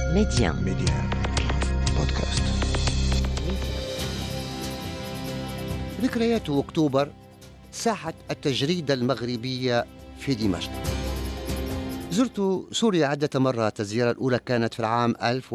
ميديان بودكاست. ذكريات أكتوبر، ساحة التجريدة المغربية في دمشق. زرت سوريا عدة مرات. الزيارة الأولى كانت في العام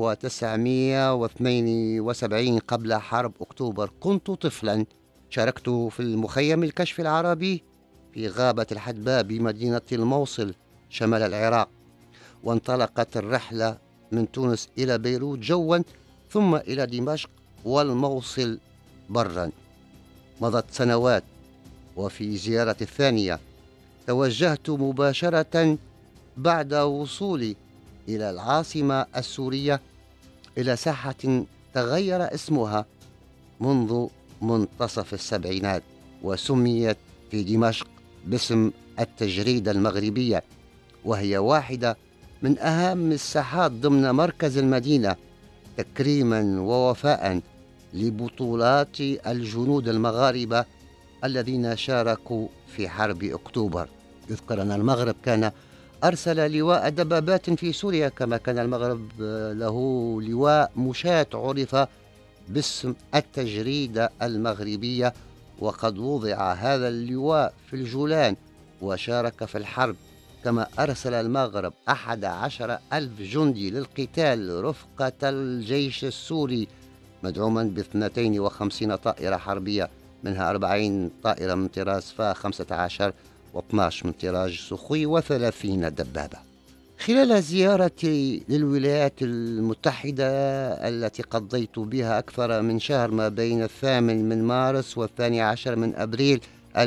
1972 قبل حرب أكتوبر. كنت طفلا، شاركت في المخيم الكشف العربي في غابة الحدباء بمدينة الموصل شمال العراق، وانطلقت الرحلة من تونس إلى بيروت جوا، ثم إلى دمشق والموصل برا. مضت سنوات، وفي زيارة الثانية توجهت مباشرة بعد وصولي إلى العاصمة السورية إلى ساحة تغير اسمها منذ منتصف السبعينات، وسميت في دمشق باسم التجريدة المغربية، وهي واحدة من أهم الساحات ضمن مركز المدينة، تكريما ووفاء لبطولات الجنود المغاربة الذين شاركوا في حرب أكتوبر. يذكر أن المغرب كان أرسل لواء دبابات في سوريا، كما كان المغرب له لواء مشاة عرف باسم التجريدة المغربية، وقد وضع هذا اللواء في الجولان وشارك في الحرب. كما أرسل المغرب 11,000 جندي للقتال رفقة الجيش السوري، مدعوما ب 52 طائرة حربية، منها 40 طائرة من طراز فا 15 و12 من طراز سخوي و30 دبابة. خلال زيارتي للولايات المتحدة التي قضيت بها أكثر من شهر ما بين 8 من مارس و12 من أبريل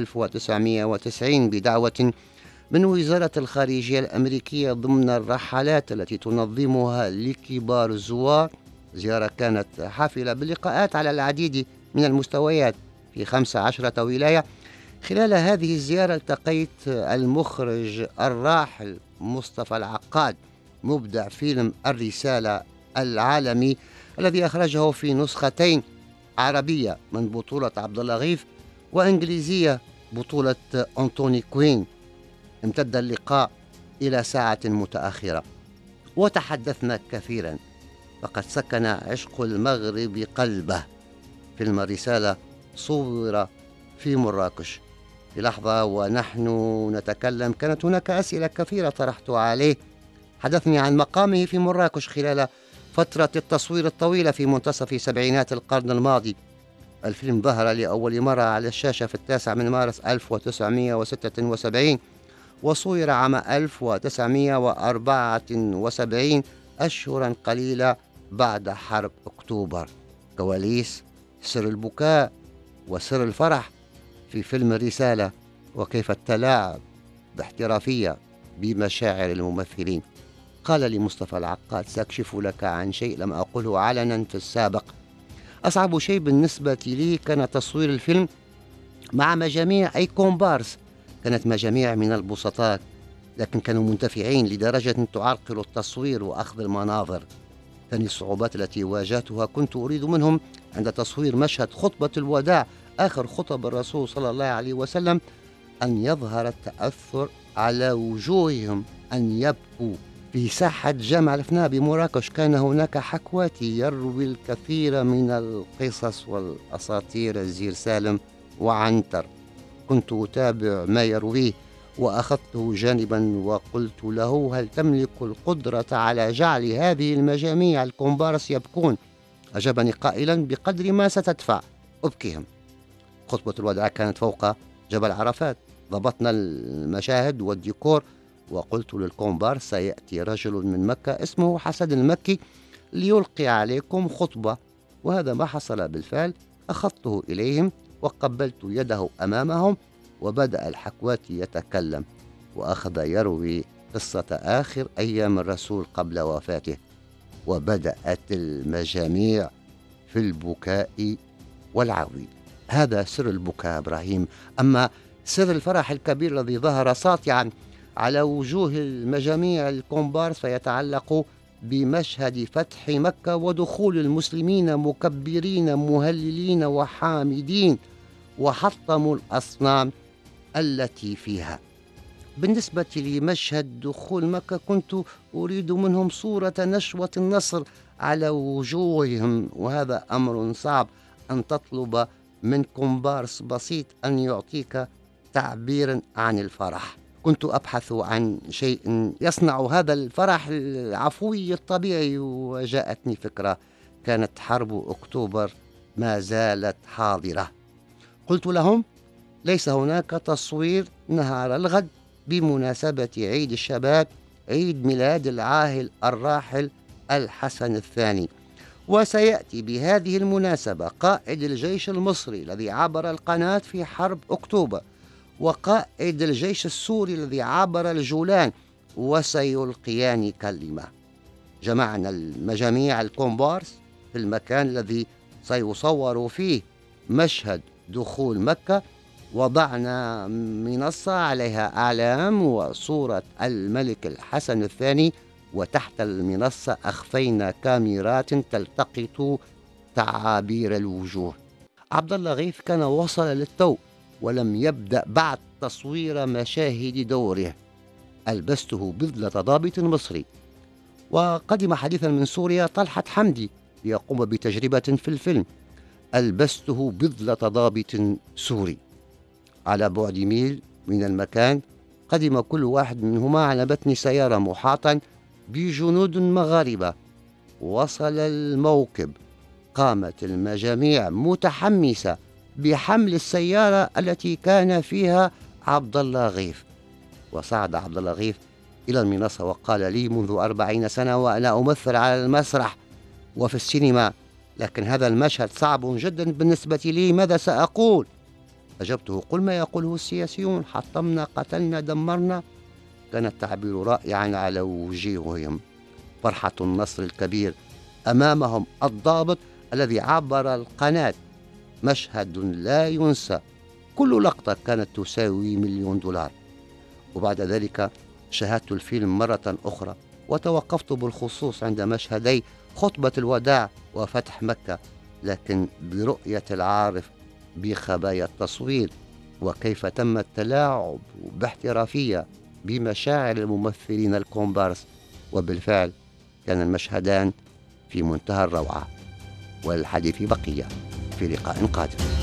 1990 بدعوة من وزارة الخارجية الأمريكية ضمن الرحلات التي تنظمها لكبار الزوار، زيارة كانت حافلة باللقاءات على العديد من المستويات في 15 ولاية. خلال هذه الزيارة التقيت المخرج الراحل مصطفى العقاد، مبدع فيلم الرسالة العالمي الذي أخرجه في نسختين، عربية من بطولة عبد الله غيث، وإنجليزية بطولة أنتوني كوين. امتد اللقاء إلى ساعة متأخرة، وتحدثنا كثيرا، فقد سكن عشق المغرب قلبه. فيلم الرسالة صور في مراكش. في لحظة ونحن نتكلم كانت هناك أسئلة كثيرة طرحت عليه. حدثني عن مقامه في مراكش خلال فترة التصوير الطويلة في منتصف سبعينات القرن الماضي. الفيلم ظهر لأول مرة على الشاشة في 9 من مارس 1976، وصور عام 1974، أشهرا قليلة بعد حرب أكتوبر. كواليس سر البكاء وسر الفرح في فيلم الرسالة، وكيف التلاعب باحترافية بمشاعر الممثلين. قال لي مصطفى العقاد: سأكشف لك عن شيء لم أقله علنا في السابق. أصعب شيء بالنسبة لي كان تصوير الفيلم مع مجاميع أي كومبارس. كانت مجاميع من البسطاء، لكن كانوا منتفعين لدرجة تعرقل التصوير وأخذ المناظر. ثاني الصعوبات التي واجهتها، كنت أريد منهم عند تصوير مشهد خطبة الوداع، آخر خطب الرسول صلى الله عليه وسلم، أن يظهر التأثر على وجوههم، أن يبكوا. في ساحة جامع الفناء بمراكش كان هناك حكواتي يروي الكثير من القصص والأساطير، الزير سالم وعنتر. كنت أتابع ما يرويه، وأخذته جانبا وقلت له: هل تملك القدرة على جعل هذه المجاميع الكومبارس يبكون؟ أجابني قائلا: بقدر ما ستدفع أبكيهم. خطبة الوداع كانت فوق جبل عرفات. ضبطنا المشاهد والديكور، وقلت للكومبارس: سيأتي رجل من مكة اسمه حسن المكي ليلقي عليكم خطبة. وهذا ما حصل بالفعل. أخذته إليهم وقبلت يده أمامهم، وبدأ الحكواتي يتكلم، وأخذ يروي قصة آخر أيام الرسول قبل وفاته. وبدأت المجاميع في البكاء والعويل. هذا سر البكاء إبراهيم. أما سر الفرح الكبير الذي ظهر ساطعا على وجوه المجاميع الكومبارس فيتعلق بمشهد فتح مكة ودخول المسلمين مكبرين مهللين وحامدين، وحطموا الأصنام التي فيها. بالنسبة لمشهد دخول مكة كنت أريد منهم صورة نشوة النصر على وجوههم، وهذا أمر صعب أن تطلب من كومبارس بسيط أن يعطيك تعبيرا عن الفرح. كنت أبحث عن شيء يصنع هذا الفرح العفوي الطبيعي، وجاءتني فكرة. كانت حرب أكتوبر ما زالت حاضرة. قلت لهم: ليس هناك تصوير نهار الغد بمناسبة عيد الشباب، عيد ميلاد العاهل الراحل الحسن الثاني، وسيأتي بهذه المناسبة قائد الجيش المصري الذي عبر القناة في حرب أكتوبر، وقائد الجيش السوري الذي عبر الجولان، وسيلقيان كلمة. جمعنا المجاميع الكومبارس في المكان الذي سيصور فيه مشهد دخول مكة. وضعنا منصة عليها أعلام وصورة الملك الحسن الثاني، وتحت المنصة أخفينا كاميرات تلتقط تعابير الوجوه. عبد الله غيث كان وصل للتو ولم يبدأ بعد تصوير مشاهد دوره. ألبسته بذلة ضابط مصري. وقدم حديثا من سوريا طلحة حمدي ليقوم بتجربة في الفيلم. ألبسته بذلة ضابط سوري. على بعد ميل من المكان قدم كل واحد منهما على متن سيارة محاطا بجنود مغاربة. وصل الموكب. قامت المجاميع متحمسة بحمل السيارة التي كان فيها عبد الله غيث. وصعد عبد الله غيث إلى المنصة وقال لي: منذ 40 سنة وأنا أمثل على المسرح وفي السينما، لكن هذا المشهد صعب جدا بالنسبة لي، ماذا سأقول؟ أجبته: قل ما يقوله السياسيون، حطمنا، قتلنا، دمرنا. كان التعبير رائعا على وجوههم. فرحة النصر الكبير أمامهم الضابط الذي عبر القناة. مشهد لا ينسى. كل لقطة كانت تساوي $1,000,000. وبعد ذلك شاهدت الفيلم مرة أخرى، وتوقفت بالخصوص عند مشهدي خطبة الوداع وفتح مكة، لكن برؤية العارف بخبايا التصوير وكيف تم التلاعب باحترافية بمشاعر الممثلين الكومبارس. وبالفعل كان المشهدان في منتهى الروعة. والحديث بقية في لقاء قادم.